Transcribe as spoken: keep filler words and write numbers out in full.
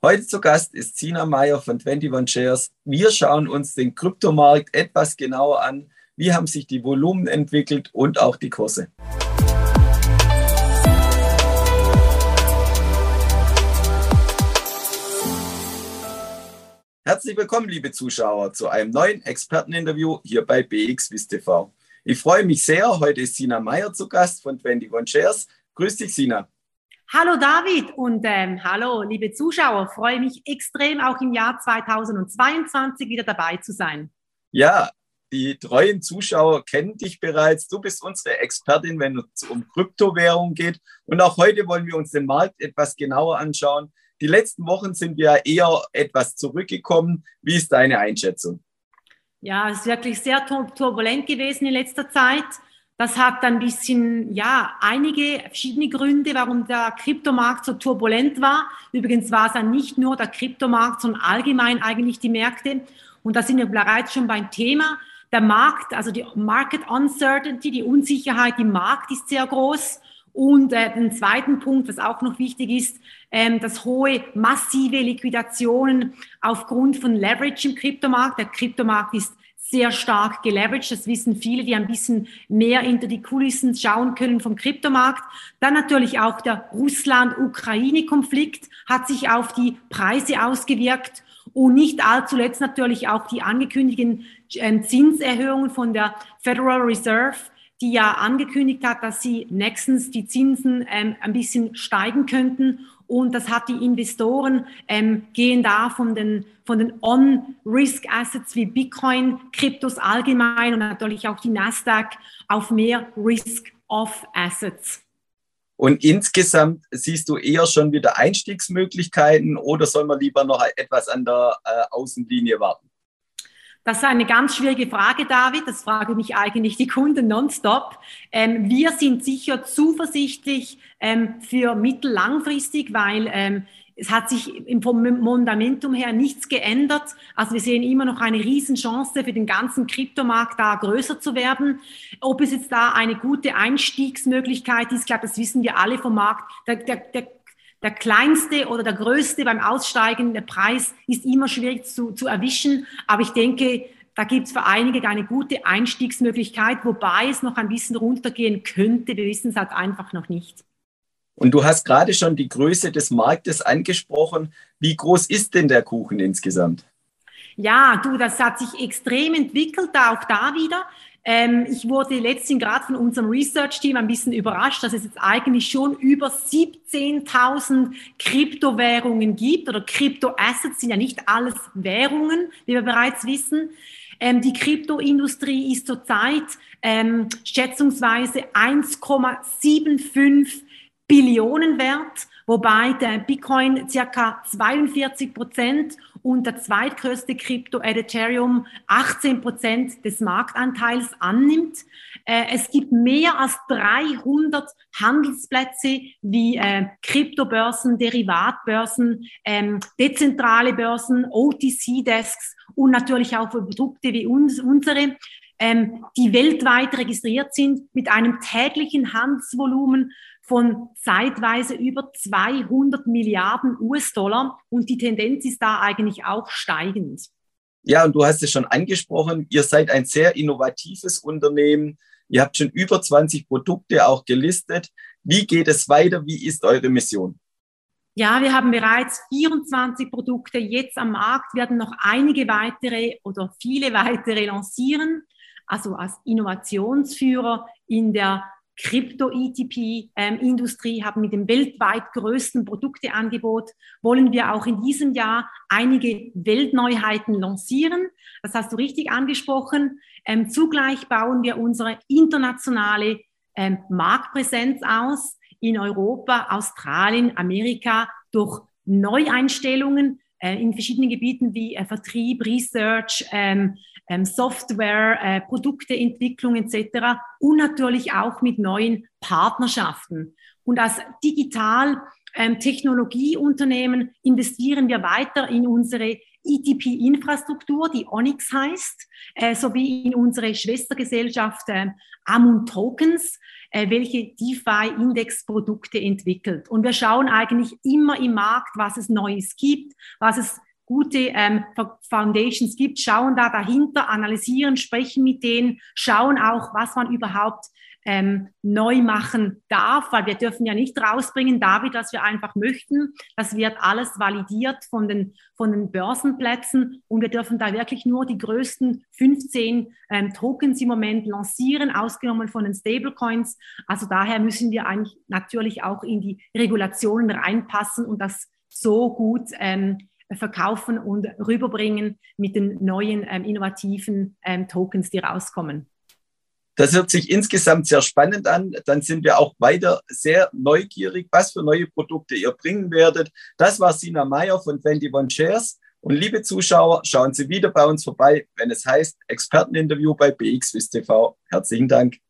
Heute zu Gast ist Sina Meyer von einundzwanzig Shares. Wir schauen uns den Kryptomarkt etwas genauer an. Wie haben sich die Volumen entwickelt und auch die Kurse? Herzlich willkommen, liebe Zuschauer, zu einem neuen Experteninterview hier bei B X Wiss T V. Ich freue mich sehr. Heute ist Sina Meyer zu Gast von einundzwanzig Shares. Grüß dich, Sina. Hallo David und ähm, hallo liebe Zuschauer, ich freue mich extrem auch im Jahr zweitausendzweiundzwanzig wieder dabei zu sein. Ja, die treuen Zuschauer kennen dich bereits. Du bist unsere Expertin, wenn es um Kryptowährung geht. Und auch heute wollen wir uns den Markt etwas genauer anschauen. Die letzten Wochen sind wir eher etwas zurückgekommen. Wie ist deine Einschätzung? Ja, es ist wirklich sehr turbulent gewesen in letzter Zeit. Das hat ein bisschen, ja, einige verschiedene Gründe, warum der Kryptomarkt so turbulent war. Übrigens war es dann nicht nur der Kryptomarkt, sondern allgemein eigentlich die Märkte. Und da sind wir bereits schon beim Thema. Der Markt, also die Market Uncertainty, die Unsicherheit im Markt ist sehr groß. Und äh, den zweiten Punkt, was auch noch wichtig ist, ähm, das hohe, massive Liquidationen aufgrund von Leverage im Kryptomarkt. Der Kryptomarkt ist sehr stark geleveraged. Das wissen viele, die ein bisschen mehr hinter die Kulissen schauen können vom Kryptomarkt. Dann natürlich auch der Russland-Ukraine-Konflikt hat sich auf die Preise ausgewirkt und nicht allzu letzt natürlich auch die angekündigten äh, Zinserhöhungen von der Federal Reserve, die ja angekündigt hat, dass sie nächstens die Zinsen ähm, ein bisschen steigen könnten. Und das hat die Investoren, ähm, gehen da von den, von den On-Risk-Assets wie Bitcoin, Kryptos allgemein und natürlich auch die Nasdaq auf mehr Risk-Off-Assets. Und insgesamt siehst du eher schon wieder Einstiegsmöglichkeiten oder soll man lieber noch etwas an der äh, Außenlinie warten? Das ist eine ganz schwierige Frage, David. Das fragen mich eigentlich die Kunden nonstop. Ähm, wir sind sicher zuversichtlich ähm, für mittel-langfristig, weil ähm, es hat sich im Fundamentum her nichts geändert. Also wir sehen immer noch eine Riesenchance für den ganzen Kryptomarkt, da größer zu werden. Ob es jetzt da eine gute Einstiegsmöglichkeit ist, ich glaube, das wissen wir alle vom Markt. Der, der, der Der kleinste oder der größte beim Aussteigen, der Preis ist immer schwierig zu, zu erwischen. Aber ich denke, da gibt es für einige eine gute Einstiegsmöglichkeit, wobei es noch ein bisschen runtergehen könnte. Wir wissen es halt einfach noch nicht. Und du hast gerade schon die Größe des Marktes angesprochen. Wie groß ist denn der Kuchen insgesamt? Ja, du, das hat sich extrem entwickelt, auch da wieder. Ähm, ich wurde letztens gerade von unserem Research-Team ein bisschen überrascht, dass es jetzt eigentlich schon über siebzehntausend Kryptowährungen gibt oder Kryptoassets, sind ja nicht alles Währungen, wie wir bereits wissen. Ähm, die Kryptoindustrie ist zurzeit ähm, schätzungsweise eins Komma fünfundsiebzig Billionen wert, wobei der Bitcoin circa zweiundvierzig Prozent und der zweitgrößte Krypto Ethereum achtzehn Prozent des Marktanteils annimmt. Äh, es gibt mehr als dreihundert Handelsplätze wie äh, Kryptobörsen, Derivatbörsen, ähm, dezentrale Börsen, O T C-Desks und natürlich auch für Produkte wie uns, unsere, ähm, die weltweit registriert sind mit einem täglichen Handelsvolumen von zeitweise über zweihundert Milliarden U S-Dollar und die Tendenz ist da eigentlich auch steigend. Ja, und du hast es schon angesprochen, ihr seid ein sehr innovatives Unternehmen. Ihr habt schon über zwanzig Produkte auch gelistet. Wie geht es weiter? Wie ist eure Mission? Ja, wir haben bereits vierundzwanzig Produkte jetzt am Markt, werden noch einige weitere oder viele weitere lancieren. Also als Innovationsführer in der Krypto-E T P-Industrie, ähm, haben mit dem weltweit größten Produkteangebot, wollen wir auch in diesem Jahr einige Weltneuheiten lancieren. Das hast du richtig angesprochen. Ähm, zugleich bauen wir unsere internationale ähm, Marktpräsenz aus in Europa, Australien, Amerika durch Neueinstellungen äh, in verschiedenen Gebieten wie äh, Vertrieb, Research, ähm, ähm, Software, äh, Produkteentwicklung et cetera und natürlich auch mit neuen Partnerschaften. Und als digital ähm, Technologieunternehmen investieren wir weiter in unsere E T P-Infrastruktur, die Onyx heißt, äh, sowie in unsere Schwestergesellschaft äh, Amun Tokens, äh, welche DeFi-Index-Produkte entwickelt. Und wir schauen eigentlich immer im Markt, was es Neues gibt, was es gute ähm, Foundations gibt, schauen da dahinter, analysieren, sprechen mit denen, schauen auch, was man überhaupt ähm, neu machen darf, weil wir dürfen ja nicht rausbringen, David, was wir einfach möchten. Das wird alles validiert von den, von den Börsenplätzen und wir dürfen da wirklich nur die größten fünfzehn ähm, Tokens im Moment lancieren, ausgenommen von den Stablecoins. Also daher müssen wir eigentlich natürlich auch in die Regulationen reinpassen und das so gut ähm, verkaufen und rüberbringen mit den neuen ähm, innovativen ähm, Tokens, die rauskommen. Das hört sich insgesamt sehr spannend an. Dann sind wir auch weiter sehr neugierig, was für neue Produkte ihr bringen werdet. Das war Sina Meyer von einundzwanzig Shares. Und liebe Zuschauer, schauen Sie wieder bei uns vorbei, wenn es heißt Experteninterview bei B X Wiss T V. Herzlichen Dank.